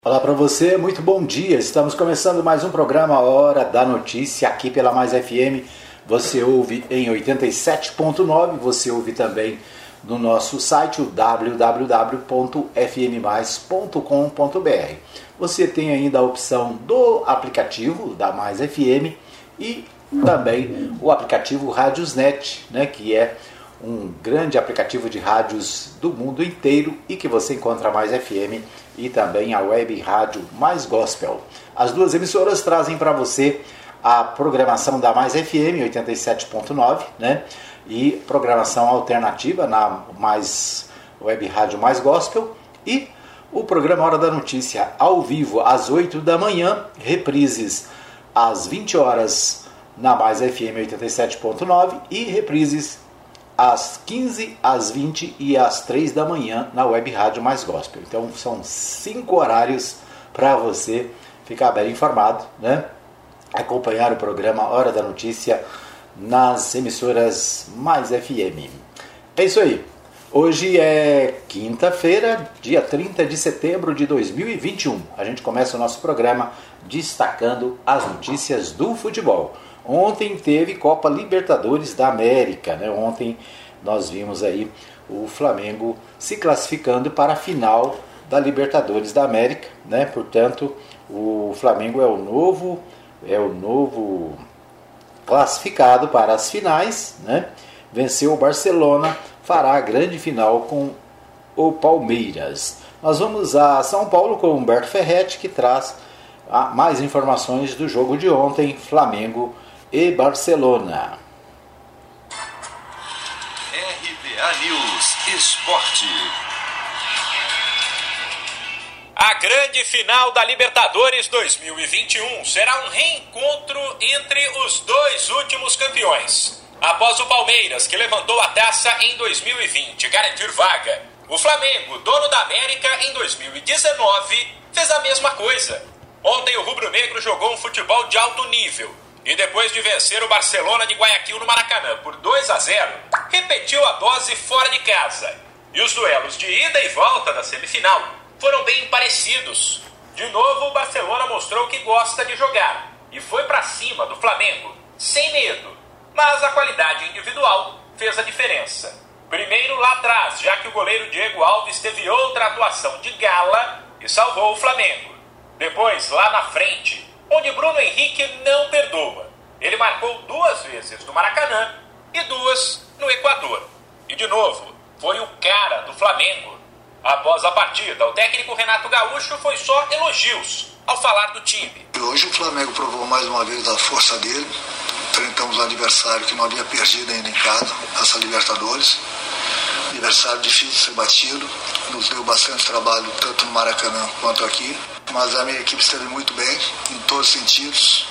Olá para você, muito bom dia. Estamos começando mais um programa Hora da Notícia aqui pela Mais FM. Você ouve em 87.9, você ouve também no nosso site, o www.fmmais.com.br. Você tem ainda a opção do aplicativo da Mais FM e também o aplicativo Rádiosnet, né, que é um grande aplicativo de rádios do mundo inteiro e que você encontra a Mais FM e também a web rádio Mais Gospel. As duas emissoras trazem para você a programação da Mais FM 87.9, né? E programação alternativa na Mais web rádio Mais Gospel e o programa Hora da Notícia ao vivo às 8 da manhã, reprises às 20 horas na Mais FM 87.9 e reprises às 15, às 20 e às 3 da manhã na web rádio Mais Gospel. Então são 5 horários para você ficar bem informado, né? Acompanhar o programa Hora da Notícia nas emissoras Mais FM. É isso aí. Hoje é quinta-feira, dia 30 de setembro de 2021. A gente começa o nosso programa destacando as notícias do futebol. Ontem teve Copa Libertadores da América, né? Ontem nós vimos aí o Flamengo se classificando para a final da Libertadores da América, né? Portanto, o Flamengo é o novo classificado para as finais, né? Venceu o Barcelona, fará a grande final com o Palmeiras. Nós vamos a São Paulo com o Humberto Ferretti, que traz mais informações do jogo de ontem, Flamengo e Barcelona. RBA News Esporte. A grande final da Libertadores 2021 será um reencontro entre os dois últimos campeões. Após o Palmeiras, que levantou a taça em 2020, garantir vaga, o Flamengo, dono da América em 2019, fez a mesma coisa. Ontem o rubro-negro jogou um futebol de alto nível e depois de vencer o Barcelona de Guayaquil no Maracanã por 2-0, repetiu a dose fora de casa. E os duelos de ida e volta da semifinal foram bem parecidos. De novo, o Barcelona mostrou que gosta de jogar e foi para cima do Flamengo, sem medo. Mas a qualidade individual fez a diferença. Primeiro lá atrás, já que o goleiro Diego Alves teve outra atuação de gala e salvou o Flamengo. Depois, lá na frente, onde Bruno Henrique não perdoa. Ele marcou 2 vezes no Maracanã e 2 no Equador. E de novo, foi o cara do Flamengo. Após a partida, o técnico Renato Gaúcho foi só elogios ao falar do time. Hoje o Flamengo provou mais uma vez a força dele. Enfrentamos um adversário que não havia perdido ainda em casa, essa Libertadores. Adversário difícil de ser batido. Nos deu bastante trabalho, tanto no Maracanã quanto aqui. Mas a minha equipe esteve muito bem, em todos os sentidos.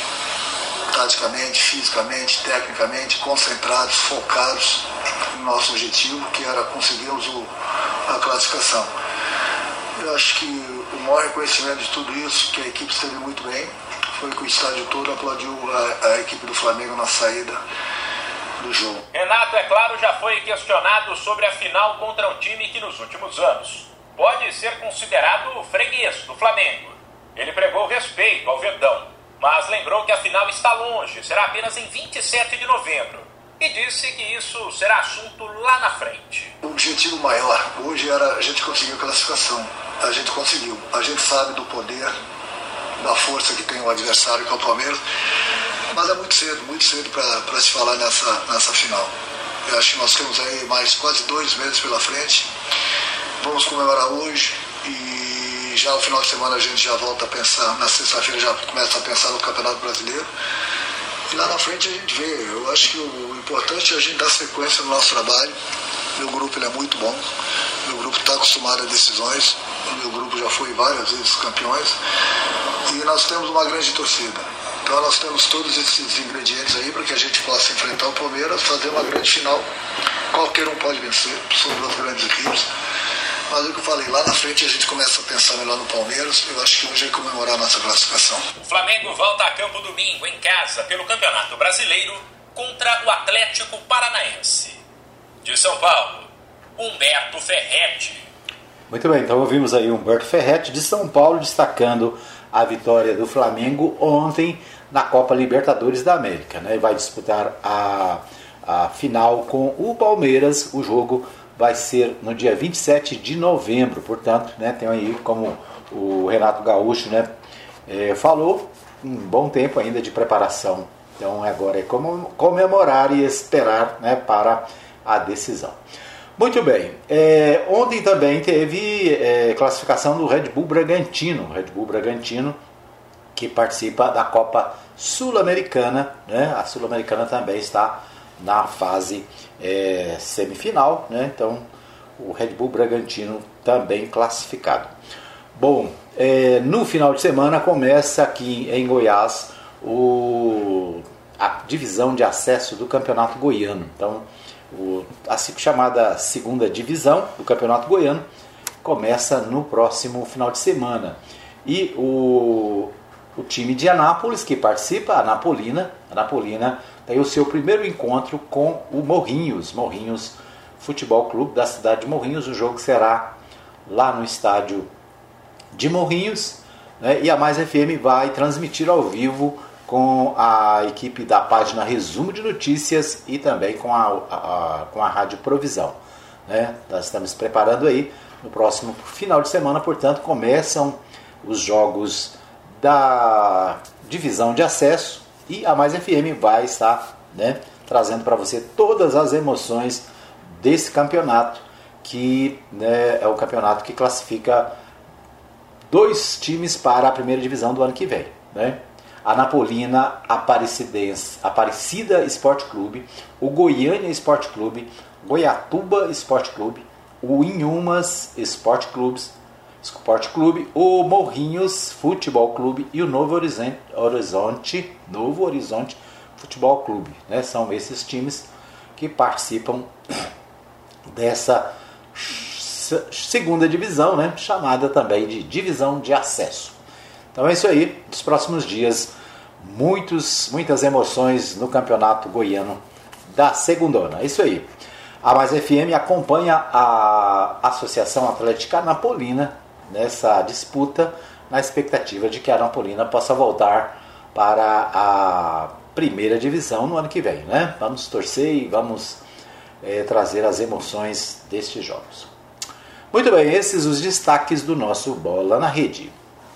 Taticamente, fisicamente, tecnicamente, concentrados, focados no nosso objetivo, que era conseguirmos a classificação. Eu acho que o maior reconhecimento de tudo isso, que a equipe esteve muito bem, foi que o estádio todo aplaudiu a equipe do Flamengo na saída do jogo. Renato, é claro, já foi questionado sobre a final contra um time que nos últimos anos pode ser considerado freguês do Flamengo. Ele pregou respeito ao Verdão, mas lembrou que a final está longe, será apenas em 27 de novembro. E disse que isso será assunto lá na frente. O objetivo maior hoje era a gente conseguir a classificação. A gente conseguiu. A gente sabe do poder, da força que tem o adversário, que é o Palmeiras. Mas é muito cedo para se falar nessa final. Eu acho que nós temos aí mais quase 2 meses pela frente. Vamos comemorar hoje e já no final de semana a gente já volta a pensar, na sexta-feira já começa a pensar no Campeonato Brasileiro. E lá na frente a gente vê. Eu acho que o importante é a gente dar sequência no nosso trabalho. Meu grupo ele é muito bom. Meu grupo está acostumado a decisões. Meu grupo já foi várias vezes campeões. E nós temos uma grande torcida. Então nós temos todos esses ingredientes aí para que a gente possa enfrentar o Palmeiras, fazer uma grande final. Qualquer um pode vencer, são 2 grandes equipes. Mas é o que eu falei, lá na frente a gente começa a pensar melhor no Palmeiras. Eu acho que hoje é comemorar a nossa classificação. O Flamengo volta a campo domingo em casa pelo Campeonato Brasileiro contra o Atlético Paranaense. De São Paulo, Humberto Ferretti. Muito bem, então ouvimos aí Humberto Ferretti de São Paulo destacando a vitória do Flamengo ontem na Copa Libertadores da América, né? Vai disputar a final com o Palmeiras. O jogo vai ser no dia 27 de novembro, portanto, né, tem aí, como o Renato Gaúcho, né, falou, um bom tempo ainda de preparação. Então agora é comemorar e esperar, né, para a decisão. Muito bem, ontem também teve classificação do Red Bull Bragantino. Red Bull Bragantino que participa da Copa Sul-Americana, né? A Sul-Americana também está na fase semifinal, né? Então o Red Bull Bragantino também classificado. Bom, no final de semana começa aqui em Goiás a divisão de acesso do Campeonato Goiano. Então a chamada segunda divisão do Campeonato Goiano começa no próximo final de semana. E o time de Anápolis que participa, a Napolina tem o seu primeiro encontro com o Morrinhos Futebol Clube da cidade de Morrinhos. O jogo será lá no estádio de Morrinhos, né? E a Mais FM vai transmitir ao vivo com a equipe da página Resumo de Notícias e também com a Rádio Provisão, né? Nós estamos preparando aí no próximo final de semana, portanto, começam os jogos da divisão de acesso e a Mais FM vai estar, né, trazendo para você todas as emoções desse campeonato, que, né, é o campeonato que classifica 2 times para a primeira divisão do ano que vem, né? A Napolina Aparecida Esporte Clube, o Goiânia Esporte Clube, Goiatuba Esporte Clube, o Inhumas Esporte Clube, o Morrinhos Futebol Clube e o Novo Horizonte Futebol Clube, né? São esses times que participam dessa segunda divisão, né? Chamada também de divisão de acesso. Então é isso aí, nos próximos dias, muitas emoções no campeonato goiano da segundona. É isso aí. A Mais FM acompanha a Associação Atlética Napolina nessa disputa, na expectativa de que a Napolina possa voltar para a primeira divisão no ano que vem, né? Vamos torcer e vamos trazer as emoções destes jogos. Muito bem, esses os destaques do nosso Bola na Rede.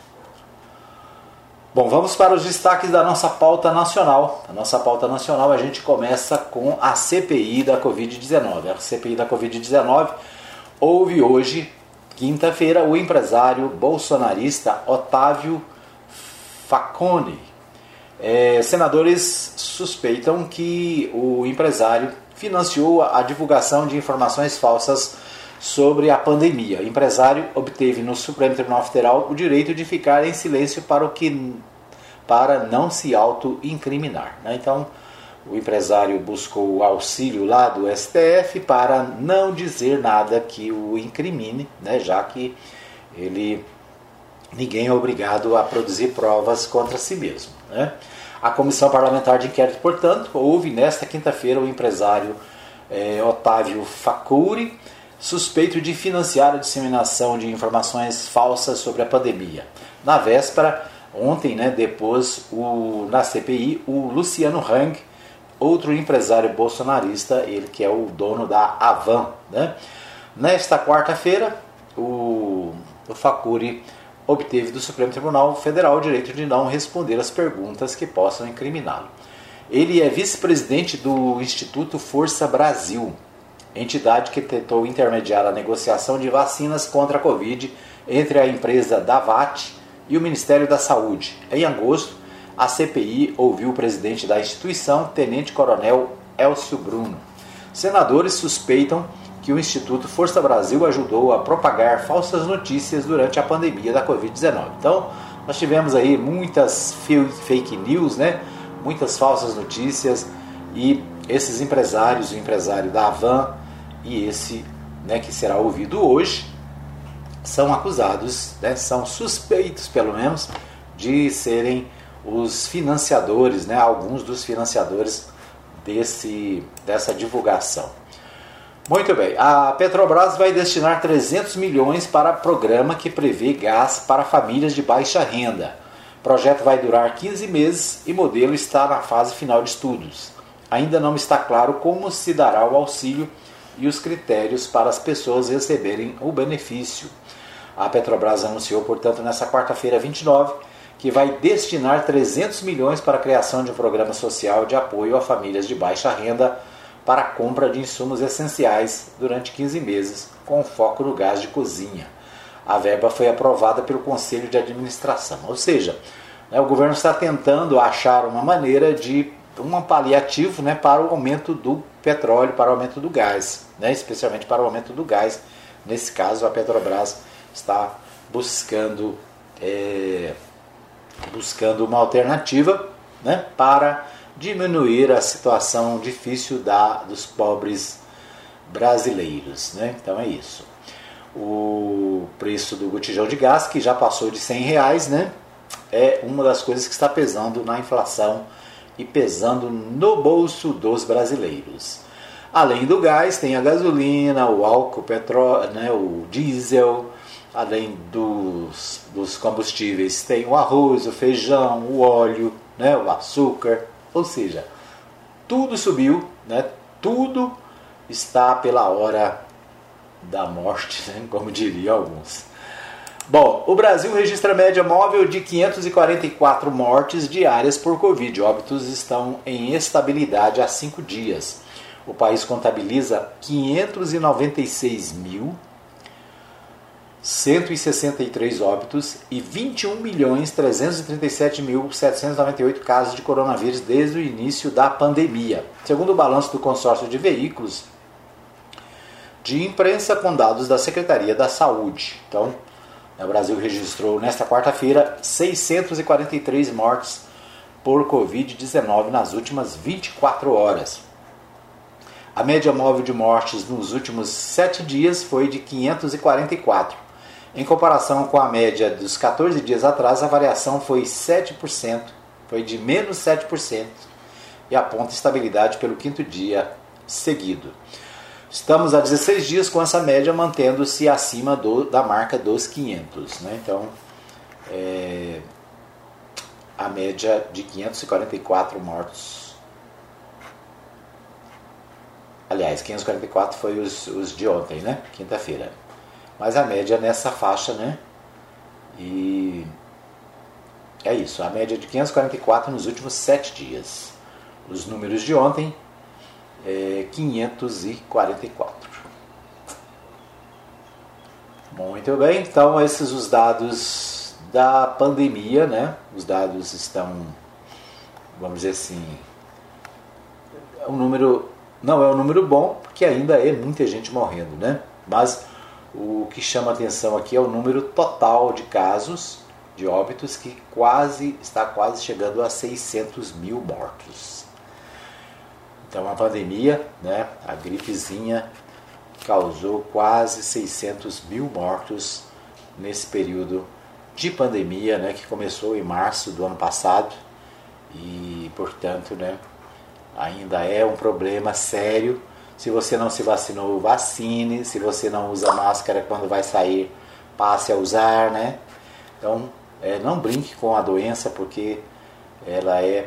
Bom, vamos para os destaques da nossa pauta nacional. A nossa pauta nacional, a gente começa com a CPI da Covid-19. A CPI da Covid-19 houve hoje, quinta-feira, o empresário bolsonarista Otávio Facone. Senadores suspeitam que o empresário financiou a divulgação de informações falsas sobre a pandemia. O empresário obteve no Supremo Tribunal Federal o direito de ficar em silêncio para não se auto-incriminar, né? Então, o empresário buscou o auxílio lá do STF para não dizer nada que o incrimine, né? Já que ninguém é obrigado a produzir provas contra si mesmo, né? A Comissão Parlamentar de Inquérito, portanto, houve nesta quinta-feira o empresário Otávio Facuri, suspeito de financiar a disseminação de informações falsas sobre a pandemia. Na véspera, ontem, né, depôs na CPI o Luciano Hang, outro empresário bolsonarista, ele que é o dono da Avan, né? Nesta quarta-feira, o Facuri obteve do Supremo Tribunal Federal o direito de não responder às perguntas que possam incriminá-lo. Ele é vice-presidente do Instituto Força Brasil, entidade que tentou intermediar a negociação de vacinas contra a Covid entre a empresa Davat e o Ministério da Saúde. Em agosto, a CPI ouviu o presidente da instituição, Tenente Coronel Elcio Bruno. Senadores suspeitam que o Instituto Força Brasil ajudou a propagar falsas notícias durante a pandemia da Covid-19. Então, nós tivemos aí muitas fake news, né? Muitas falsas notícias, e esses empresários, o empresário da Avan e esse, né, que será ouvido hoje, são acusados, né, são suspeitos pelo menos, de serem os financiadores, né, alguns dos financiadores dessa divulgação. Muito bem, a Petrobras vai destinar 300 milhões para programa que prevê gás para famílias de baixa renda. O projeto vai durar 15 meses e o modelo está na fase final de estudos. Ainda não está claro como se dará o auxílio e os critérios para as pessoas receberem o benefício. A Petrobras anunciou, portanto, nesta quarta-feira, 29, que vai destinar 300 milhões para a criação de um programa social de apoio a famílias de baixa renda para a compra de insumos essenciais durante 15 meses, com foco no gás de cozinha. A verba foi aprovada pelo Conselho de Administração, ou seja, o governo está tentando achar uma maneira de um paliativo, para o aumento do petróleo, para o aumento do gás, especialmente para o aumento do gás. Nesse caso, a Petrobras está buscando uma alternativa, para diminuir a situação difícil dos pobres brasileiros. Então é isso. O preço do botijão de gás, que já passou de R$100, é uma das coisas que está pesando na inflação e pesando no bolso dos brasileiros. Além do gás, tem a gasolina, o álcool, o petróleo, o diesel. Além dos combustíveis, tem o arroz, o feijão, o óleo, o açúcar. Ou seja, tudo subiu, tudo está pela hora da morte, como diriam alguns. Bom, o Brasil registra média móvel de 544 mortes diárias por Covid. Óbitos estão em estabilidade há 5 dias. O país contabiliza 596.163 óbitos e 21.337.798 casos de coronavírus desde o início da pandemia, segundo o balanço do consórcio de veículos de imprensa com dados da Secretaria da Saúde. Então, o Brasil registrou nesta quarta-feira 643 mortes por Covid-19 nas últimas 24 horas. A média móvel de mortes nos últimos 7 dias foi de 544. Em comparação com a média dos 14 dias atrás, a variação foi 7%, foi de menos 7%, e aponta estabilidade pelo 5º dia seguido. Estamos há 16 dias com essa média mantendo-se acima da marca dos 500. Então, a média de 544 mortos. Aliás, 544 foi os de ontem, quinta-feira. Mas a média nessa faixa, E é isso, a média de 544 nos últimos 7 dias. Os números de ontem, 544. Muito bem, então esses os dados da pandemia, Os dados estão, vamos dizer assim, um número, não é um número bom, porque ainda é muita gente morrendo, Mas o que chama atenção aqui é o número total de casos, de óbitos, que está quase chegando a 600 mil mortos. Então a pandemia, a gripezinha, causou quase 600 mil mortos nesse período de pandemia, que começou em março do ano passado e, portanto, ainda é um problema sério. Se você não se vacinou, vacine. Se você não usa máscara quando vai sair, passe a usar, Então, não brinque com a doença, porque ela é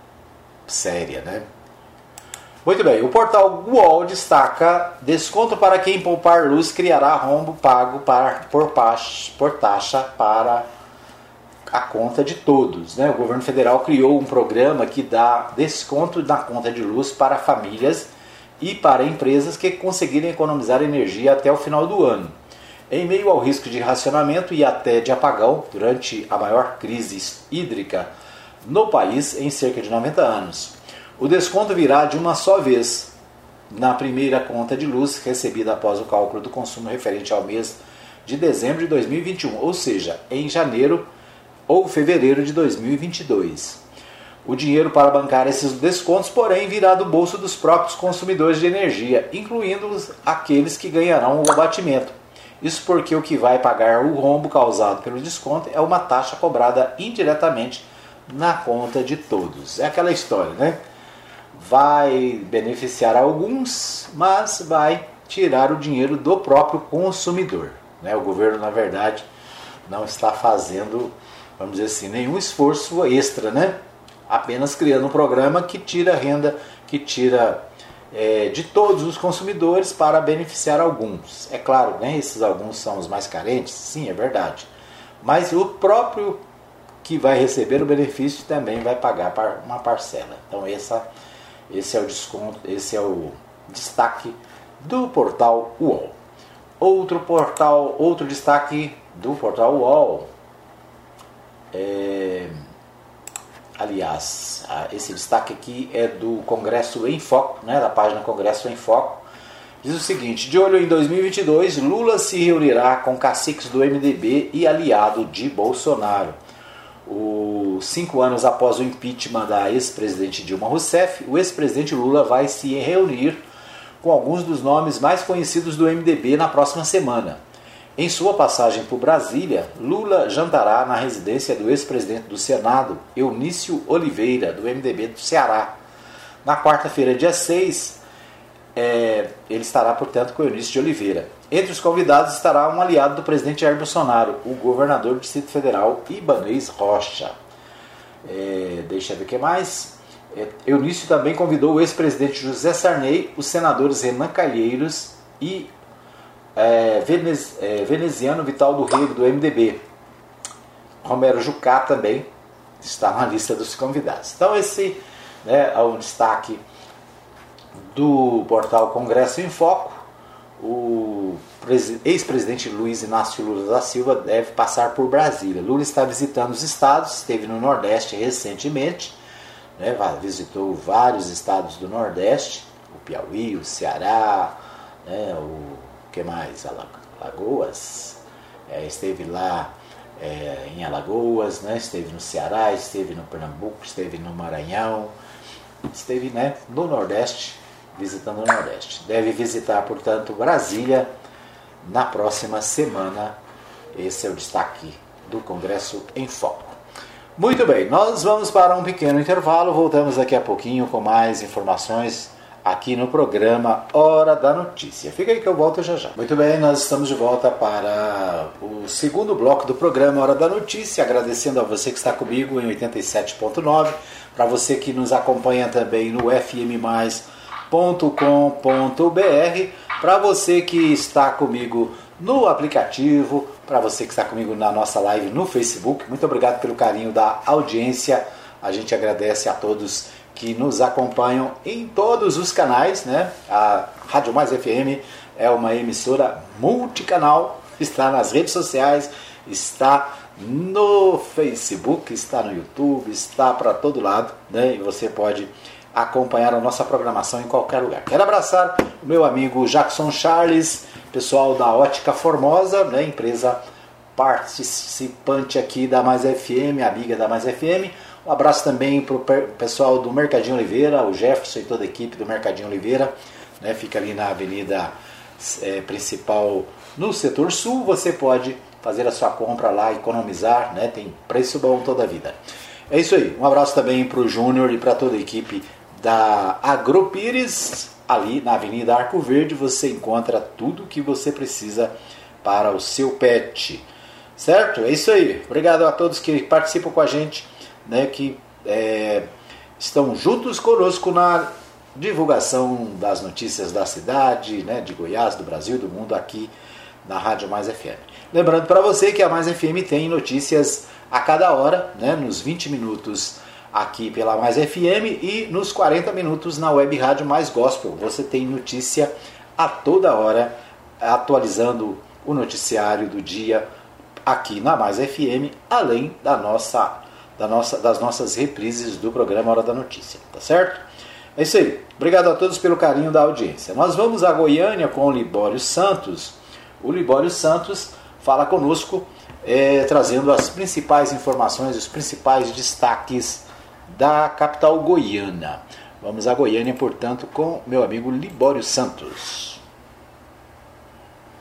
séria, Muito bem, o portal UOL destaca: desconto para quem poupar luz criará rombo pago por taxa para a conta de todos. O governo federal criou um programa que dá desconto na conta de luz para famílias e para empresas que conseguirem economizar energia até o final do ano. Em meio ao risco de racionamento e até de apagão durante a maior crise hídrica no país em cerca de 90 anos. O desconto virá de uma só vez na primeira conta de luz recebida após o cálculo do consumo referente ao mês de dezembro de 2021, ou seja, em janeiro ou fevereiro de 2022. O dinheiro para bancar esses descontos, porém, virá do bolso dos próprios consumidores de energia, incluindo aqueles que ganharão o abatimento. Isso porque o que vai pagar o rombo causado pelo desconto é uma taxa cobrada indiretamente na conta de todos. É aquela história, Vai beneficiar alguns, mas vai tirar o dinheiro do próprio consumidor, né? O governo, na verdade, não está fazendo, vamos dizer assim, nenhum esforço extra, né? Apenas criando um programa que tira renda, que tira de todos os consumidores para beneficiar alguns. É claro, né? Esses alguns são os mais carentes, sim, é verdade. Mas o próprio que vai receber o benefício também vai pagar uma parcela. Então esse é o desconto, esse é o destaque do portal UOL. Outro destaque do portal UOL, aliás, esse destaque aqui é do Congresso em Foco, né, da página Congresso em Foco. Diz o seguinte: de olho em 2022, Lula se reunirá com caciques do MDB e aliado de Bolsonaro. 5 anos após o impeachment da ex-presidente Dilma Rousseff, o ex-presidente Lula vai se reunir com alguns dos nomes mais conhecidos do MDB na próxima semana. Em sua passagem por Brasília, Lula jantará na residência do ex-presidente do Senado, Eunício Oliveira, do MDB do Ceará. Na quarta-feira, dia 6, ele estará, portanto, com Eunício de Oliveira. Entre os convidados estará um aliado do presidente Jair Bolsonaro, o governador do Distrito Federal, Ibanez Rocha. Deixa eu ver o que mais. Eunício também convidou o ex-presidente José Sarney, os senadores Renan Calheiros e veneziano Vital do Rego, do MDB. Romero Jucá também está na lista dos convidados. Então esse é o destaque do portal Congresso em Foco. O ex-presidente Luiz Inácio Lula da Silva deve passar por Brasília. Lula está visitando os estados, esteve no Nordeste recentemente, né, visitou vários estados do Nordeste, o Piauí, o Ceará, né, que mais? Alagoas, esteve lá em Alagoas, né, esteve no Ceará, esteve no Pernambuco, esteve no Maranhão, esteve, né, no Nordeste, visitando o Nordeste. Deve visitar, portanto, Brasília na próxima semana. Esse é o destaque do Congresso em Foco. Muito bem, nós vamos para um pequeno intervalo, voltamos daqui a pouquinho com mais informações aqui no programa Hora da Notícia. Fica aí que eu volto já já. Muito bem, nós estamos de volta para o segundo bloco do programa Hora da Notícia, agradecendo a você que está comigo em 87.9, para você que nos acompanha também no fmmais.com.br, para você que está comigo no aplicativo, para você que está comigo na nossa live no Facebook. Muito obrigado pelo carinho da audiência. A gente agradece a todos que nos acompanham em todos os canais, né? A Rádio Mais FM é uma emissora multicanal, está nas redes sociais, está no Facebook, está no YouTube, está para todo lado, né? E você pode acompanhar a nossa programação em qualquer lugar. Quero abraçar o meu amigo Jackson Charles, pessoal da Ótica Formosa, né? Empresa participante aqui da Mais FM, amiga da Mais FM. Um abraço também para o pessoal do Mercadinho Oliveira, o Jefferson e toda a equipe do Mercadinho Oliveira, né? Fica ali na avenida principal no setor sul. Você pode fazer a sua compra lá, economizar, né? Tem preço bom toda a vida. É isso aí, um abraço também para o Júnior e para toda a equipe da Agropires. Ali na Avenida Arco Verde você encontra tudo o que você precisa para o seu pet, certo? É isso aí, obrigado a todos que participam com a gente, né, que estão juntos conosco na divulgação das notícias da cidade, né, de Goiás, do Brasil, do mundo, aqui na Rádio Mais FM. Lembrando para você que a Mais FM tem notícias a cada hora, né, nos 20 minutos aqui pela Mais FM e nos 40 minutos na Web Rádio Mais Gospel. Você tem notícia a toda hora, atualizando o noticiário do dia aqui na Mais FM, além das nossas reprises do programa Hora da Notícia, tá certo? É isso aí. Obrigado a todos pelo carinho da audiência. Nós vamos a Goiânia com o Libório Santos. O Libório Santos fala conosco, trazendo as principais informações, os principais destaques da capital goiana. Vamos a Goiânia, portanto, com meu amigo Libório Santos.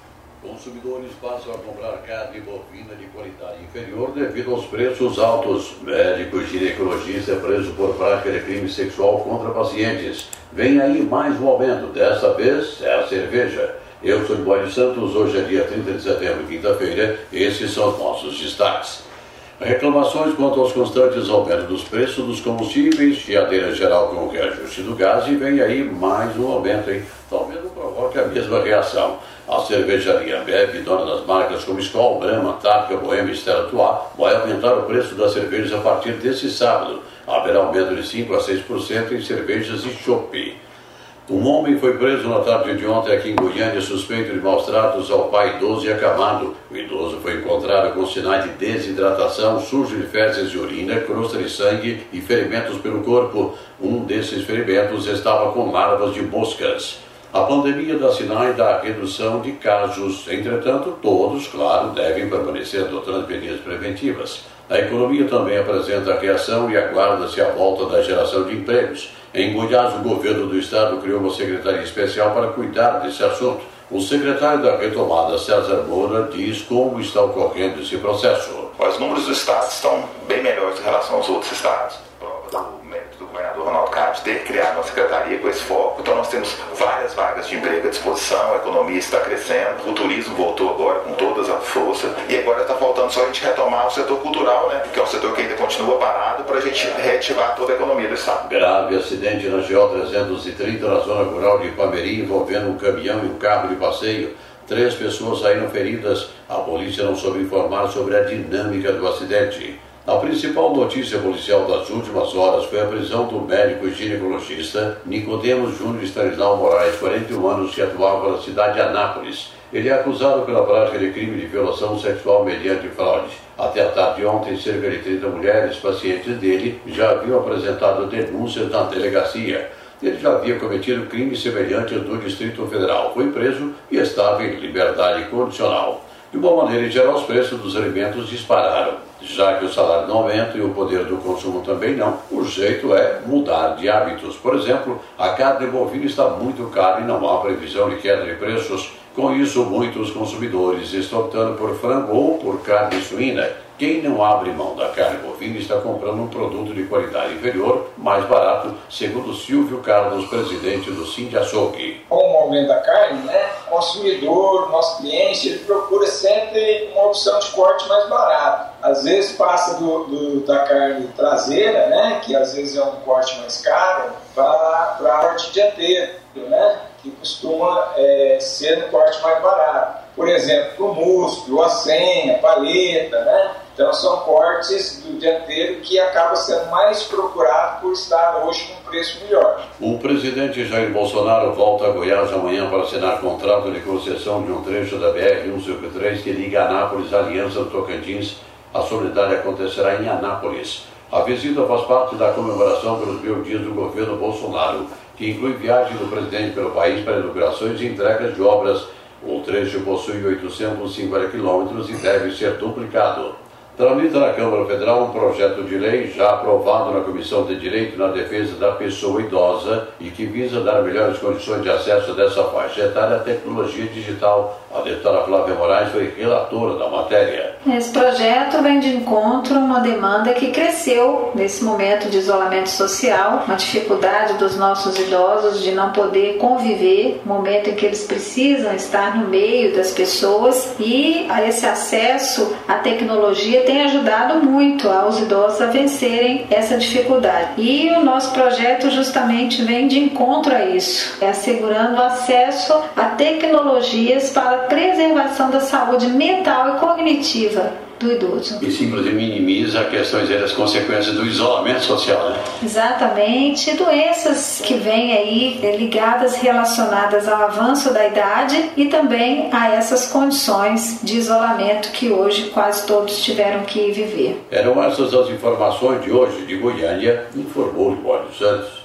Consumidores passam a comprar carne bovina de qualidade inferior devido aos preços altos. Médico ginecologista é preso por prática de crime sexual contra pacientes. Vem aí mais um aumento, desta vez é a cerveja. Eu sou Libório Santos, hoje é dia 30 de setembro, quinta-feira, esses são os nossos destaques. Reclamações quanto aos constantes aumentos dos preços dos combustíveis, chiadeira geral com o reajuste do gás e vem aí mais um aumento, hein? Talvez não provoque a mesma reação. A cervejaria Ambev, dona das marcas como Skol, Brahma, Tática, Boêmia e Stella Artois, vai aumentar o preço das cervejas a partir desse sábado. Haverá aumento de 5% a 6% em cervejas e chopp. Um homem foi preso na tarde de ontem aqui em Goiânia, suspeito de maus tratos ao pai idoso e acamado. O idoso foi encontrado com sinais de desidratação, sujo de fezes e urina, crosta de sangue e ferimentos pelo corpo. Um desses ferimentos estava com larvas de moscas. A pandemia dá sinais da redução de casos. Entretanto, todos, claro, devem permanecer adotando medidas preventivas. A economia também apresenta reação e aguarda-se a volta da geração de empregos. Em Goiás, o governo do estado criou uma secretaria especial para cuidar desse assunto. O secretário da retomada, César Moura, diz como está ocorrendo esse processo. Os números do estado estão bem melhores em relação aos outros estados. Prova do mérito do governador Ronaldo Caiado ter criado uma secretaria com esse foco. Então nós temos várias vagas de emprego à disposição, a economia está crescendo, o turismo voltou agora com toda a força e agora está faltando só a gente retomar o setor cultural, né? Que é um setor que ainda continua parado para a gente reativar toda a economia do estado. Grave acidente na GO 330 na zona rural de Ipameri envolvendo um caminhão e um carro de passeio. 3 pessoas saíram feridas. A polícia não soube informar sobre a dinâmica do acidente. A principal notícia policial das últimas horas foi a prisão do médico e ginecologista Nicodemos Júnior Stanislau Moraes, 41 anos, que atuava na cidade de Anápolis. Ele é acusado pela prática de crime de violação sexual mediante fraude. Até a tarde de ontem, cerca de 30 mulheres, pacientes dele, já haviam apresentado denúncias na delegacia. Ele já havia cometido crimes semelhantes no Distrito Federal. Foi preso e estava em liberdade condicional. De uma maneira geral, os preços dos alimentos dispararam. Já que o salário não aumenta e o poder do consumo também não, o jeito é mudar de hábitos. Por exemplo, a carne bovina está muito cara e não há previsão de queda de preços. Com isso, muitos consumidores estão optando por frango ou por carne suína. Quem não abre mão da carne bovina está comprando um produto de qualidade inferior, mais barato, segundo Silvio Carlos, presidente do Sindiaçougue. Com o aumento da carne, o consumidor, nosso cliente, ele procura sempre uma opção de corte mais barato. Às vezes passa da carne traseira, que às vezes é um corte mais caro, para corte dianteiro, que costuma ser um corte mais barato. Por exemplo, o músculo, a senha, a paleta, Então são cortes do dianteiro que acaba sendo mais procurado por estar hoje com um preço melhor. O presidente Jair Bolsonaro volta a Goiás amanhã para assinar contrato de concessão de um trecho da BR-153 que liga Anápolis à Aliança do Tocantins. A solenidade acontecerá em Anápolis. A visita faz parte da comemoração pelos 1000 dias do governo Bolsonaro, que inclui viagem do presidente pelo país para inaugurações e entregas de obras. O trecho possui 850 quilômetros e deve ser duplicado. Tramita na Câmara Federal um projeto de lei já aprovado na Comissão de Direito na Defesa da Pessoa Idosa e que visa dar melhores condições de acesso dessa faixa etária à tecnologia digital. A deputada Flávia Moraes foi relatora da matéria. Esse projeto vem de encontro a uma demanda que cresceu nesse momento de isolamento social, uma dificuldade dos nossos idosos de não poder conviver, momento em que eles precisam estar no meio das pessoas, e a esse acesso à tecnologia tem ajudado muito aos idosos a vencerem essa dificuldade. E o nosso projeto justamente vem de encontro a isso, assegurando acesso a tecnologias para a preservação da saúde mental e cognitiva do idoso. Isso inclusive minimiza as consequências do isolamento social, Exatamente, doenças que vêm aí ligadas, relacionadas ao avanço da idade e também a essas condições de isolamento que hoje quase todos tiveram que viver. Eram essas as informações de hoje de Goiânia, informou o Libório Santos.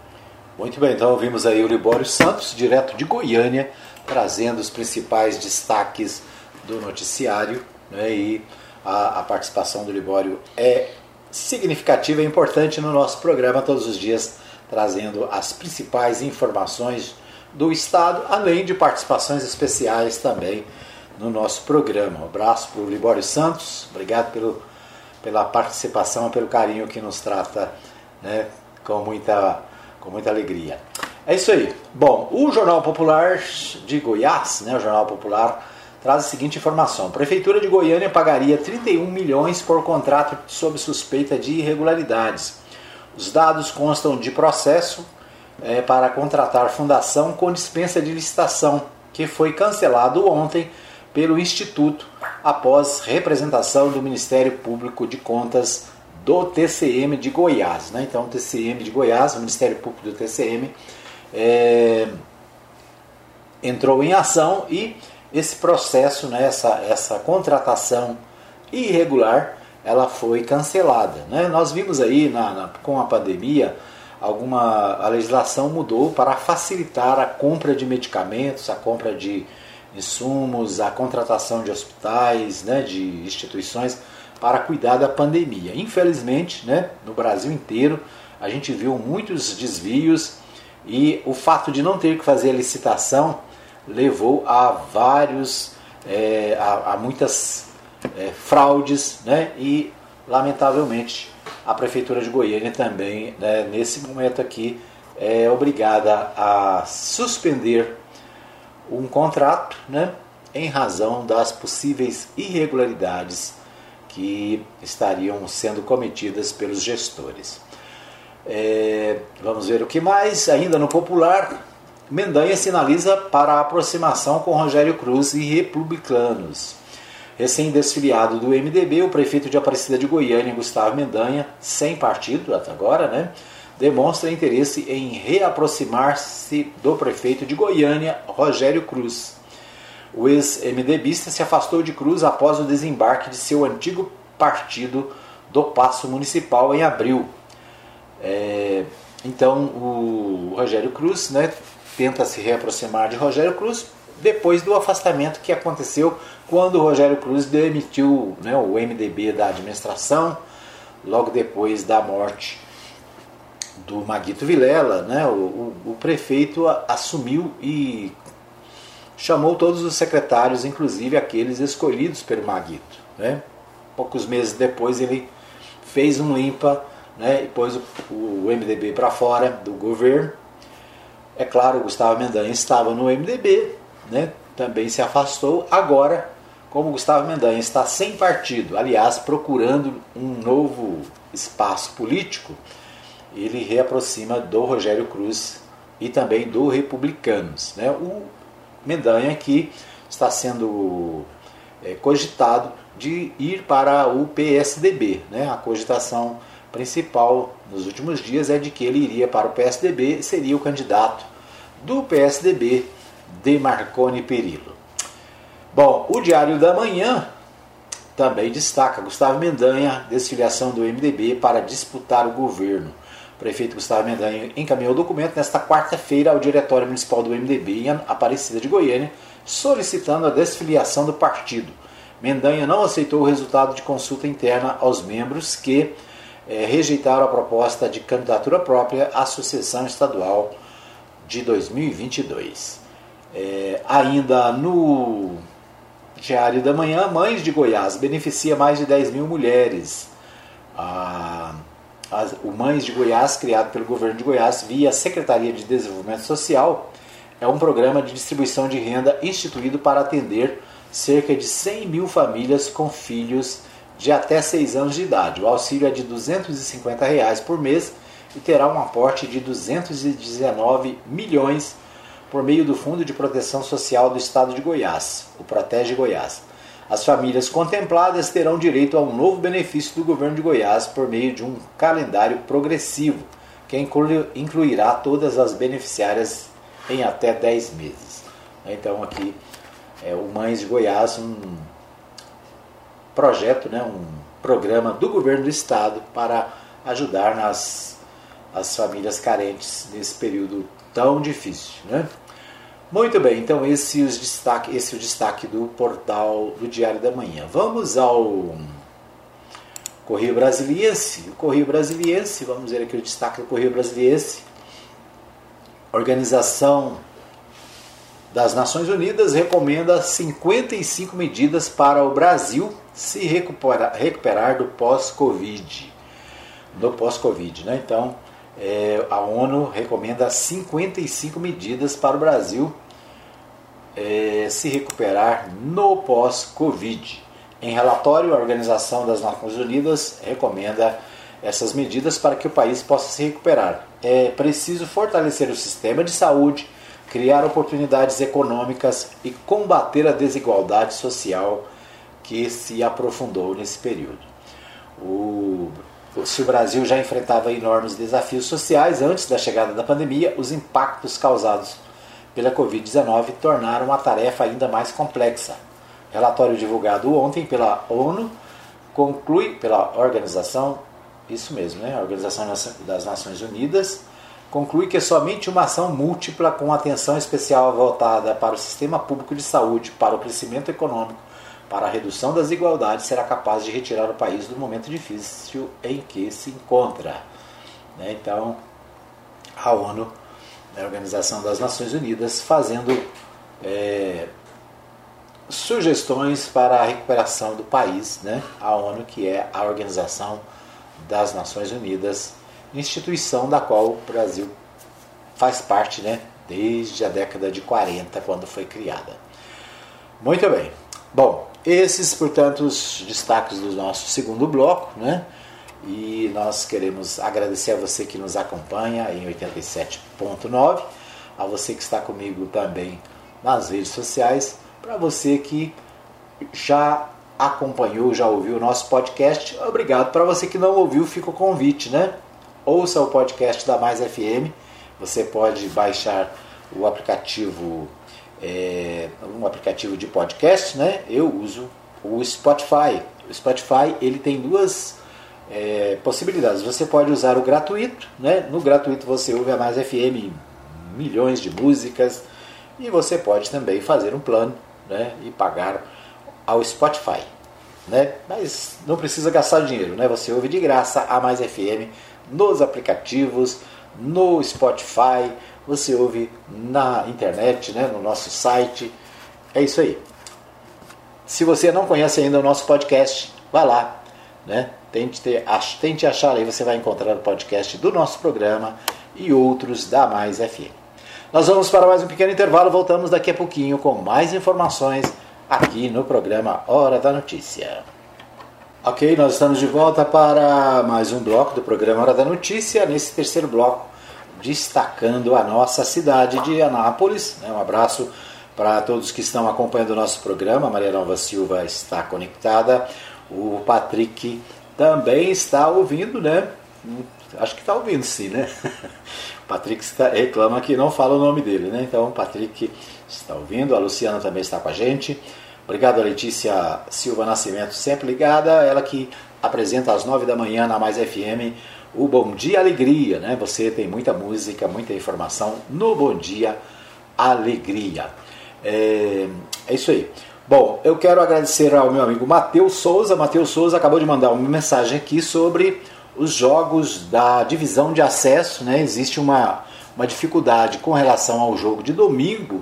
Muito bem, então ouvimos aí o Libório Santos, direto de Goiânia, trazendo os principais destaques do noticiário, e a participação do Libório é significativa e importante no nosso programa todos os dias, trazendo as principais informações do Estado, além de participações especiais também no nosso programa. Um abraço para o Libório Santos, obrigado pela participação, pelo carinho que nos trata, né, com muita alegria. É isso aí. Bom, o Jornal Popular de Goiás, né, o Jornal Popular, traz a seguinte informação: a Prefeitura de Goiânia pagaria 31 milhões por contrato sob suspeita de irregularidades. Os dados constam de processo para contratar fundação com dispensa de licitação, que foi cancelado ontem pelo Instituto após representação do Ministério Público de Contas do TCM de Goiás. Né? Então, o TCM de Goiás, o Ministério Público do TCM, entrou em ação e esse processo, né, essa contratação irregular, ela foi cancelada. Né? Nós vimos aí, com a pandemia, a legislação mudou para facilitar a compra de medicamentos, a compra de insumos, a contratação de hospitais, né, de instituições para cuidar da pandemia. Infelizmente, né, no Brasil inteiro, a gente viu muitos desvios e o fato de não ter que fazer a licitação levou a muitas fraudes, né, e lamentavelmente a Prefeitura de Goiânia também, né, nesse momento aqui, é obrigada a suspender um contrato, né, em razão das possíveis irregularidades que estariam sendo cometidas pelos gestores. Vamos ver o que mais. Ainda no Popular, Mendanha sinaliza para a aproximação com Rogério Cruz e republicanos. Recém-desfiliado do MDB, o prefeito de Aparecida de Goiânia, Gustavo Mendanha, sem partido até agora, né, demonstra interesse em reaproximar-se do prefeito de Goiânia, Rogério Cruz. O ex-MDBista se afastou de Cruz após o desembarque de seu antigo partido do Paço Municipal em abril. Então o Rogério Cruz, né, tenta se reaproximar de Rogério Cruz depois do afastamento que aconteceu quando o Rogério Cruz demitiu, né, o MDB da administração, logo depois da morte do Maguito Vilela. Né, o prefeito assumiu e chamou todos os secretários, inclusive aqueles escolhidos pelo Maguito. Né. Poucos meses depois ele fez um limpa, né, e pôs o MDB para fora do governo. É claro, o Gustavo Mendanha estava no MDB, né, também se afastou. Agora, como o Gustavo Mendanha está sem partido, aliás, procurando um novo espaço político, ele reaproxima do Rogério Cruz e também do Republicanos. Né? O Mendanha que está sendo cogitado de ir para o PSDB. Né? A cogitação principal nos últimos dias é de que ele iria para o PSDB, seria o candidato do PSDB de Marconi Perillo. Bom, o Diário da Manhã também destaca Gustavo Mendanha, desfiliação do MDB para disputar o governo. O prefeito Gustavo Mendanha encaminhou o documento nesta quarta-feira ao Diretório Municipal do MDB em Aparecida de Goiânia, solicitando a desfiliação do partido. Mendanha não aceitou o resultado de consulta interna aos membros que rejeitaram a proposta de candidatura própria à sucessão estadual de 2022. Ainda no Diário da Manhã, Mães de Goiás beneficia mais de 10 mil mulheres. O Mães de Goiás, criado pelo governo de Goiás via Secretaria de Desenvolvimento Social, é um programa de distribuição de renda instituído para atender cerca de 100 mil famílias com filhos de até 6 anos de idade. O auxílio é de R$ 250 por mês e terá um aporte de 219 milhões por meio do Fundo de Proteção Social do Estado de Goiás, o Protege Goiás. As famílias contempladas terão direito a um novo benefício do governo de Goiás por meio de um calendário progressivo, que incluirá todas as beneficiárias em até 10 meses. Então aqui o Mães de Goiás, um projeto, né, um programa do governo do estado para ajudar as famílias carentes nesse período tão difícil. Né? Muito bem, então esse é o destaque do portal do Diário da Manhã. Vamos ao Correio Brasiliense. O Correio Brasiliense, vamos ver aqui o destaque do Correio Brasiliense. Organização das Nações Unidas recomenda 55 medidas para o Brasil se recuperar do pós-Covid. Do pós-Covid, né? Então, a ONU recomenda 55 medidas para o Brasil se recuperar no pós-Covid. Em relatório, a Organização das Nações Unidas recomenda essas medidas para que o país possa se recuperar. É preciso fortalecer o sistema de saúde, criar oportunidades econômicas e combater a desigualdade social que se aprofundou nesse período. Se o Brasil já enfrentava enormes desafios sociais antes da chegada da pandemia, os impactos causados pela Covid-19 tornaram a tarefa ainda mais complexa. Relatório divulgado ontem pela ONU conclui, pela Organização das Nações Unidas, conclui que somente uma ação múltipla com atenção especial voltada para o sistema público de saúde, para o crescimento econômico, para a redução das desigualdades, será capaz de retirar o país do momento difícil em que se encontra. Então, a ONU, a Organização das Nações Unidas, fazendo sugestões para a recuperação do país, né? A ONU, que é a Organização das Nações Unidas, instituição da qual o Brasil faz parte, né? Desde a década de 40, quando foi criada. Muito bem. Bom, esses, portanto, os destaques do nosso segundo bloco, né? E nós queremos agradecer a você que nos acompanha em 87.9, a você que está comigo também nas redes sociais, para você que já acompanhou, já ouviu o nosso podcast, obrigado. Para você que não ouviu, fica o convite, né? Ouça o podcast da Mais FM, você pode baixar o aplicativo, um aplicativo de podcast, né? Eu uso o Spotify. O Spotify, ele tem duas possibilidades. Você pode usar o gratuito, né? No gratuito você ouve a Mais FM, milhões de músicas, e você pode também fazer um plano, né? E pagar ao Spotify, né? Mas não precisa gastar dinheiro, né? Você ouve de graça a Mais FM nos aplicativos, no Spotify, você ouve na internet, né? No nosso site. É isso aí. Se você não conhece ainda o nosso podcast, vá lá, né? Tente achar aí, você vai encontrar o podcast do nosso programa e outros da Mais FM. Nós vamos para mais um pequeno intervalo, voltamos daqui a pouquinho com mais informações aqui no programa Hora da Notícia. Ok, nós estamos de volta para mais um bloco do programa Hora da Notícia. Nesse terceiro bloco, destacando a nossa cidade de Anápolis. Um abraço para todos que estão acompanhando o nosso programa. A Maria Nova Silva está conectada. O Patrick também está ouvindo, né? Acho que está ouvindo, sim, né? O Patrick reclama que não fala o nome dele, né? Então o Patrick está ouvindo. A Luciana também está com a gente. Obrigado a Letícia Silva Nascimento, sempre ligada. Ela que apresenta às 9 da manhã na Mais FM o Bom Dia Alegria, né? Você tem muita música, muita informação no Bom Dia Alegria. É isso aí. Bom, eu quero agradecer ao meu amigo Matheus Souza. Matheus Souza acabou de mandar uma mensagem aqui sobre os jogos da divisão de acesso, né? Existe uma dificuldade com relação ao jogo de domingo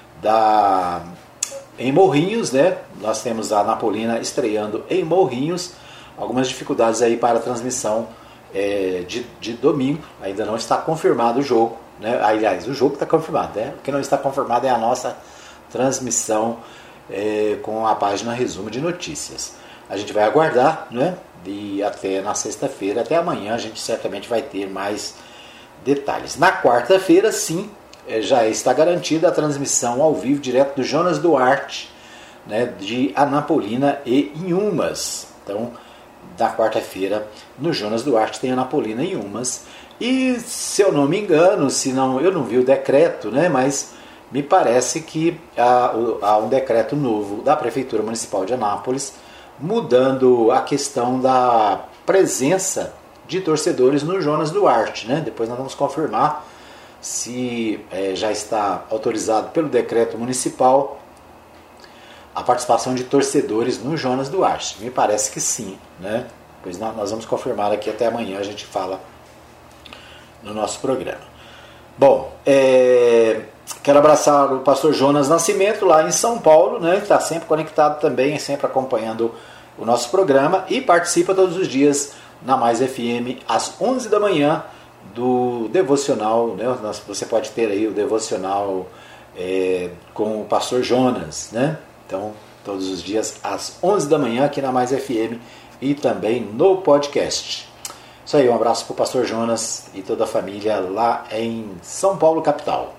em Morrinhos, né? Nós temos a Anapolina estreando em Morrinhos. Algumas dificuldades aí para a transmissão de domingo. Ainda não está confirmado o jogo, né? Aliás, o jogo está confirmado, né? O que não está confirmado é a nossa transmissão com a página Resumo de Notícias. A gente vai aguardar, né? E até na sexta-feira, até amanhã, a gente certamente vai ter mais detalhes. Na quarta-feira, sim, já está garantida a transmissão ao vivo direto do Jonas Duarte, né, de Anapolina e Inhumas. Então, na quarta-feira, no Jonas Duarte tem Anapolina e Inhumas. E, se eu não me engano, eu não vi o decreto, né, mas me parece que há um decreto novo da Prefeitura Municipal de Anápolis mudando a questão da presença de torcedores no Jonas Duarte, né? Depois nós vamos confirmar se já está autorizado pelo decreto municipal a participação de torcedores no Jonas Duarte. Me parece que sim, né? Pois nós vamos confirmar aqui, até amanhã a gente fala no nosso programa. Bom, Quero abraçar o pastor Jonas Nascimento, lá em São Paulo, né? Está sempre conectado também, sempre acompanhando o nosso programa e participa todos os dias na Mais FM, às 11 da manhã, do devocional, né? Você pode ter aí o devocional com o pastor Jonas, né? Então, todos os dias, às 11 da manhã, aqui na Mais FM e também no podcast. Isso aí, um abraço para o pastor Jonas e toda a família lá em São Paulo, capital.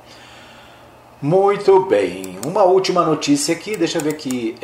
Muito bem, uma última notícia aqui, deixa eu ver aqui,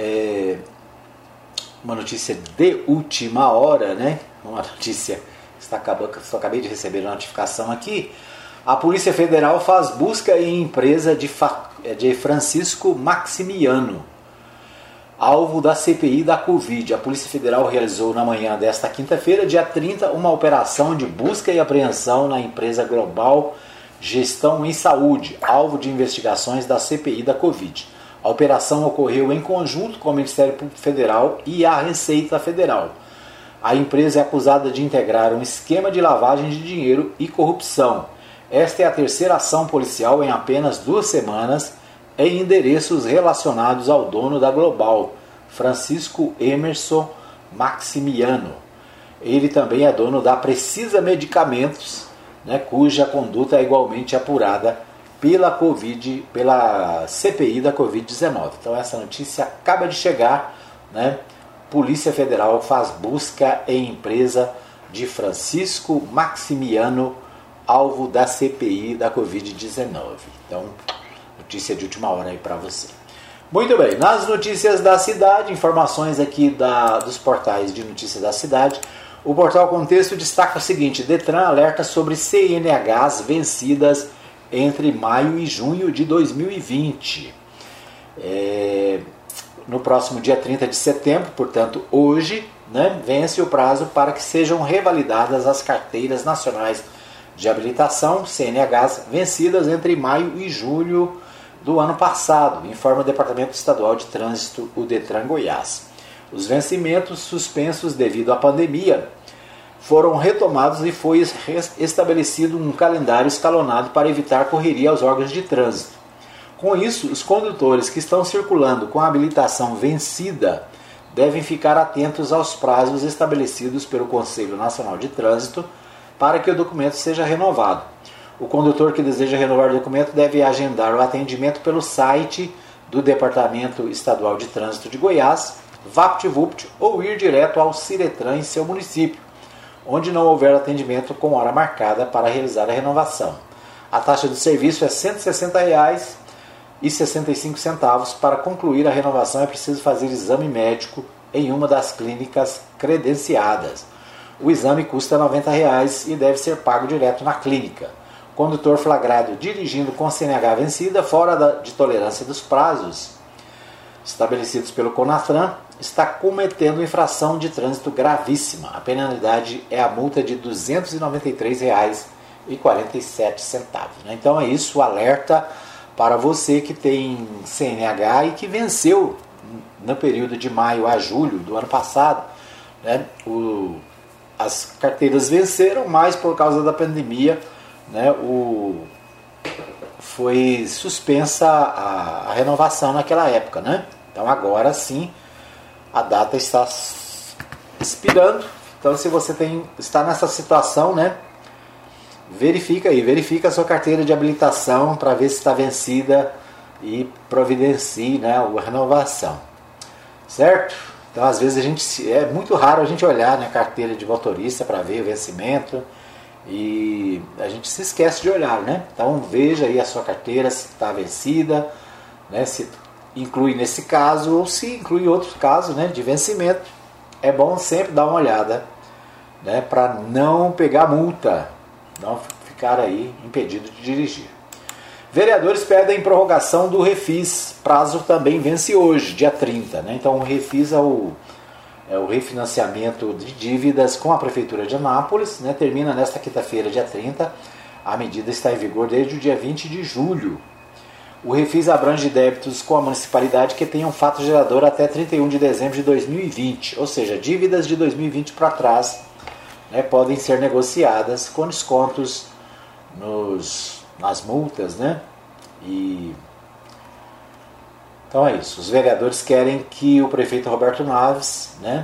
uma notícia de última hora, né? Uma notícia que está acabando, só acabei de receber a notificação aqui. A Polícia Federal faz busca em empresa de Francisco Maximiano, alvo da CPI da Covid. A Polícia Federal realizou na manhã desta quinta-feira, dia 30, uma operação de busca e apreensão na empresa Global Gestão em Saúde, alvo de investigações da CPI da Covid. A operação ocorreu em conjunto com o Ministério Público Federal e a Receita Federal. A empresa é acusada de integrar um esquema de lavagem de dinheiro e corrupção. Esta é a terceira ação policial em apenas 2 semanas em endereços relacionados ao dono da Global, Francisco Emerson Maximiano. Ele também é dono da Precisa Medicamentos, né, cuja conduta é igualmente apurada pela CPI da Covid-19. Então essa notícia acaba de chegar, né? Polícia Federal faz busca em empresa de Francisco Maximiano, alvo da CPI da Covid-19. Então, notícia de última hora aí para você. Muito bem, nas notícias da cidade, informações aqui dos portais de notícias da cidade. O portal Contexto destaca o seguinte: Detran alerta sobre CNHs vencidas entre maio e junho de 2020. No próximo dia 30 de setembro, portanto hoje, né, vence o prazo para que sejam revalidadas as carteiras nacionais de habilitação, CNHs, vencidas entre maio e julho do ano passado, informa o Departamento Estadual de Trânsito, o Detran Goiás. Os vencimentos suspensos devido à pandemia foram retomados e foi estabelecido um calendário escalonado para evitar correria aos órgãos de trânsito. Com isso, os condutores que estão circulando com a habilitação vencida devem ficar atentos aos prazos estabelecidos pelo Conselho Nacional de Trânsito para que o documento seja renovado. O condutor que deseja renovar o documento deve agendar o atendimento pelo site do Departamento Estadual de Trânsito de Goiás, VaptVupt, ou ir direto ao Ciretran em seu município, onde não houver atendimento com hora marcada para realizar a renovação. A taxa de serviço é R$ 160,65. Para concluir a renovação é preciso fazer exame médico em uma das clínicas credenciadas. O exame custa R$ 90 e deve ser pago direto na clínica. O condutor flagrado dirigindo com CNH vencida fora de tolerância dos prazos estabelecidos pelo CONATRAN está cometendo infração de trânsito gravíssima. A penalidade é a multa de R$ 293,47. Então é isso, o alerta para você que tem CNH e que venceu no período de maio a julho do ano passado, né? As carteiras venceram, mas por causa da pandemia, né, foi suspensa a renovação naquela época, né? Então agora sim a data está expirando. Então se você está nessa situação, né, verifica a sua carteira de habilitação para ver se está vencida e providencie, né, a renovação, certo? Então às vezes é muito raro a gente olhar na carteira de motorista para ver o vencimento e a gente se esquece de olhar, né? Então veja aí a sua carteira se está vencida, né, se inclui nesse caso ou se inclui outros casos, né, de vencimento. É bom sempre dar uma olhada, né, para não pegar multa, não ficar aí impedido de dirigir. Vereadores pedem prorrogação do Refis, prazo também vence hoje, dia 30. Né? Então o Refis é o refinanciamento de dívidas com a Prefeitura de Anápolis, né? Termina nesta quinta-feira, dia 30. A medida está em vigor desde o dia 20 de julho. O Refis abrange débitos com a municipalidade que tenham fato gerador até 31 de dezembro de 2020, ou seja, dívidas de 2020 para trás, né, podem ser negociadas com descontos nas multas, né, Então é isso. Os vereadores querem que o prefeito Roberto Naves, né,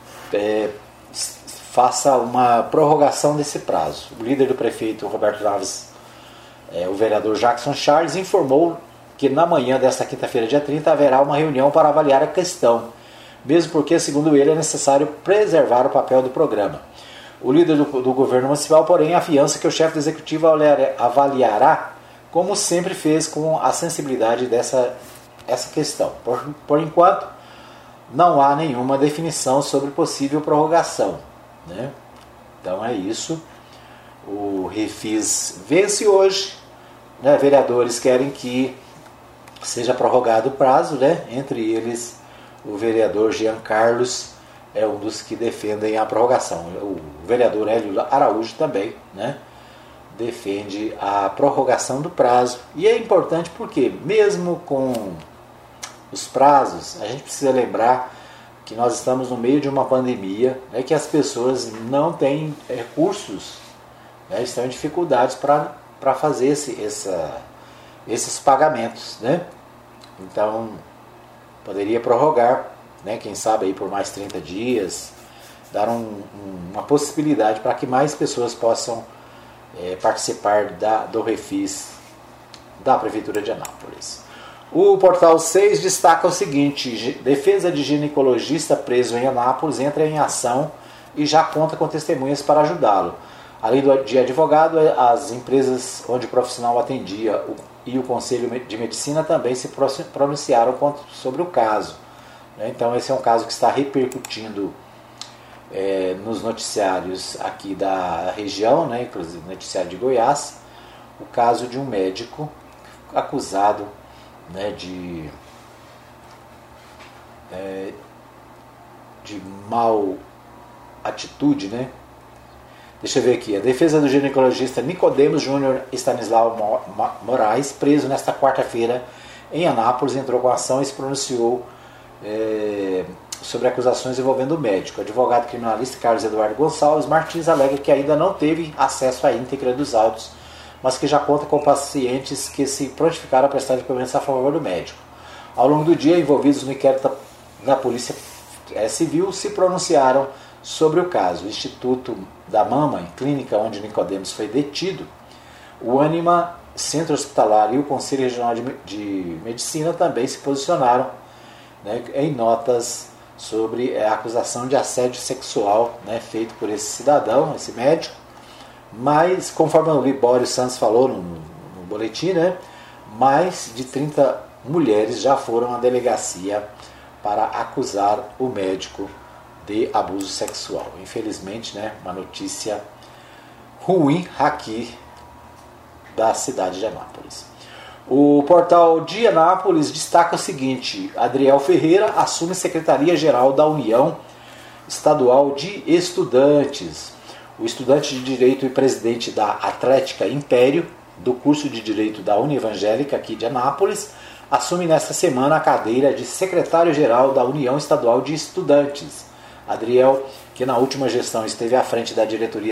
faça uma prorrogação desse prazo. O líder do prefeito Roberto Naves, o vereador Jackson Charles, informou que na manhã desta quinta-feira, dia 30, haverá uma reunião para avaliar a questão, mesmo porque, segundo ele, é necessário preservar o papel do programa. O líder do governo municipal, porém, afiança que o chefe do executivo avaliará, como sempre fez, com a sensibilidade essa questão. Por enquanto, não há nenhuma definição sobre possível prorrogação, né? Então é isso. O Refis vence hoje, né? Vereadores querem que seja prorrogado o prazo, né? Entre eles o vereador Jean Carlos é um dos que defendem a prorrogação. O vereador Hélio Araújo também, né, defende a prorrogação do prazo. E é importante porque, mesmo com os prazos, a gente precisa lembrar que nós estamos no meio de uma pandemia, né, que as pessoas não têm recursos, né, estão em dificuldades para fazer esses pagamentos, né? Então, poderia prorrogar, né, quem sabe aí por mais 30 dias, dar uma possibilidade para que mais pessoas possam participar do Refis da Prefeitura de Anápolis. O Portal 6 destaca o seguinte: defesa de ginecologista preso em Anápolis entra em ação e já conta com testemunhas para ajudá-lo. Além de advogado, as empresas onde o profissional atendia e o Conselho de Medicina também se pronunciaram sobre o caso. Então esse é um caso que está repercutindo nos noticiários aqui da região, né, inclusive no noticiário de Goiás, o caso de um médico acusado, né, de mal atitude, né? Deixa eu ver aqui. A defesa do ginecologista Nicodemos Júnior Stanislau Moraes, preso nesta quarta-feira em Anápolis, entrou com a ação e se pronunciou sobre acusações envolvendo o médico. O advogado criminalista Carlos Eduardo Gonçalves Martins alega que ainda não teve acesso à íntegra dos autos, mas que já conta com pacientes que se prontificaram a prestar depoimentos a favor do médico. Ao longo do dia, envolvidos no inquérito da Polícia Civil se pronunciaram sobre o caso. O Instituto da Mama, em clínica onde Nicodemos foi detido, o Anima Centro Hospitalar e o Conselho Regional de Medicina também se posicionaram, né, em notas sobre a acusação de assédio sexual, né, feito por esse cidadão, esse médico. Mas, conforme o Libório Santos falou no boletim, né, mais de 30 mulheres já foram à delegacia para acusar o médico de abuso sexual. Infelizmente, né, uma notícia ruim aqui da cidade de Anápolis. O portal de Anápolis destaca o seguinte: Adriel Ferreira assume Secretaria-Geral da União Estadual de Estudantes. O estudante de Direito e presidente da Atlética Império, do curso de Direito da Univangélica aqui de Anápolis, assume nesta semana a cadeira de secretário-geral da União Estadual de Estudantes. Adriel, que na última gestão esteve à frente da diretoria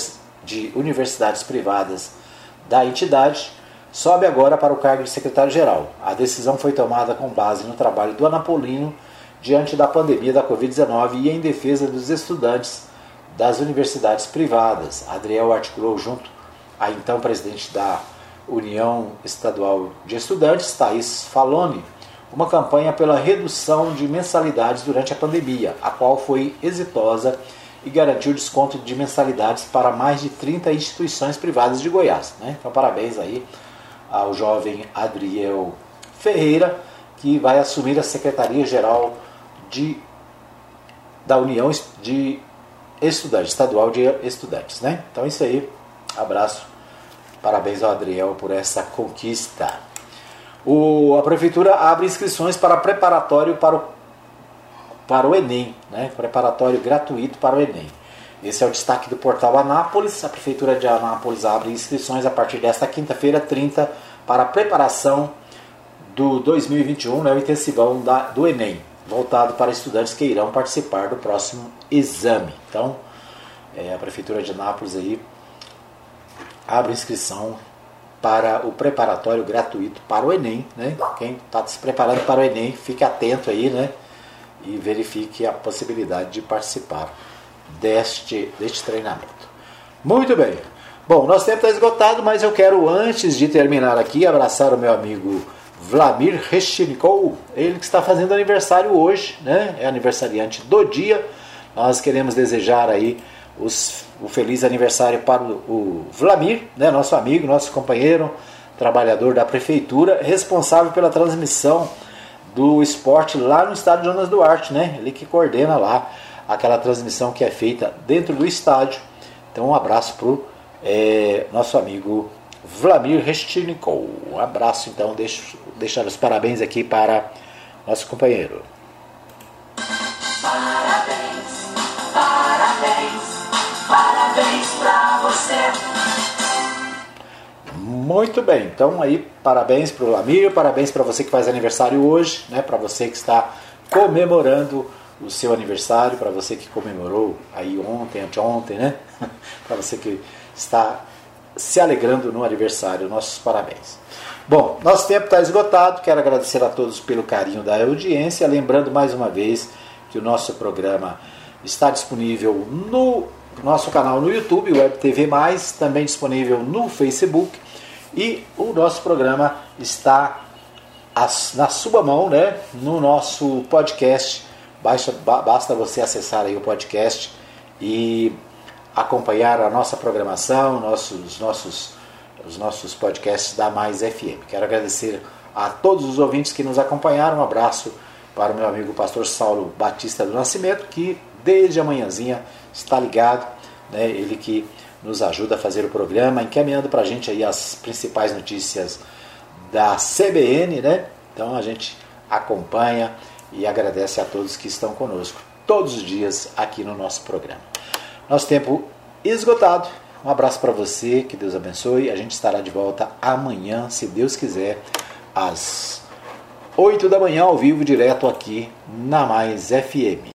de universidades privadas da entidade, sobe agora para o cargo de secretário-geral. A decisão foi tomada com base no trabalho do anapolino diante da pandemia da Covid-19 e em defesa dos estudantes das universidades privadas. Adriel articulou junto a então presidente da União Estadual de Estudantes, Thaís Faloni, uma campanha pela redução de mensalidades durante a pandemia, a qual foi exitosa e garantiu desconto de mensalidades para mais de 30 instituições privadas de Goiás, né? Então parabéns aí ao jovem Adriel Ferreira, que vai assumir a Secretaria-Geral da União de Estudantes, Estadual de Estudantes, né? Então é isso aí, abraço, parabéns ao Adriel por essa conquista. A Prefeitura abre inscrições para preparatório para o Enem, né? Preparatório gratuito para o Enem. Esse é o destaque do portal Anápolis. A Prefeitura de Anápolis abre inscrições a partir desta quinta-feira, 30, para a preparação do 2021, né, o intensivão do Enem, voltado para estudantes que irão participar do próximo exame. Então, a Prefeitura de Anápolis aí abre inscrição para o preparatório gratuito para o Enem, né? Quem está se preparando para o Enem, fique atento aí, né? E verifique a possibilidade de participar deste treinamento. Muito bem. Bom, nosso tempo está esgotado, mas eu quero, antes de terminar aqui, abraçar o meu amigo Vladimir Reshchenikov, ele que está fazendo aniversário hoje, né? É aniversariante do dia. Nós queremos desejar aí o feliz aniversário para o Vladimir, né? Nosso amigo, nosso companheiro, trabalhador da prefeitura, responsável pela transmissão do esporte lá no estádio Jonas Duarte, né? Ele que coordena lá aquela transmissão que é feita dentro do estádio. Então um abraço para o nosso amigo Vladimir Reshchenikov. Um abraço, então, deixar os parabéns aqui para nosso companheiro. Parabéns, parabéns, parabéns para você. Muito bem, então aí parabéns para o Vladimir, parabéns para você que faz aniversário hoje, né? Para você que está comemorando o seu aniversário, para você que comemorou aí ontem, anteontem, né? Para você que está se alegrando no aniversário, nossos parabéns. Bom, nosso tempo está esgotado, quero agradecer a todos pelo carinho da audiência, lembrando mais uma vez que o nosso programa está disponível no nosso canal no YouTube, Web TV+, também disponível no Facebook, e o nosso programa está na sua mão, né, no nosso podcast. Basta você acessar aí o podcast e acompanhar a nossa programação, os nossos podcasts da Mais FM. Quero agradecer a todos os ouvintes que nos acompanharam. Um abraço para o meu amigo pastor Saulo Batista do Nascimento, que desde a manhãzinha está ligado, né? Ele que nos ajuda a fazer o programa, encaminhando para a gente aí as principais notícias da CBN, né? Então a gente acompanha e agradece a todos que estão conosco todos os dias aqui no nosso programa. Nosso tempo esgotado. Um abraço para você, que Deus abençoe. A gente estará de volta amanhã, se Deus quiser, às 8 da manhã, ao vivo, direto aqui na Mais FM.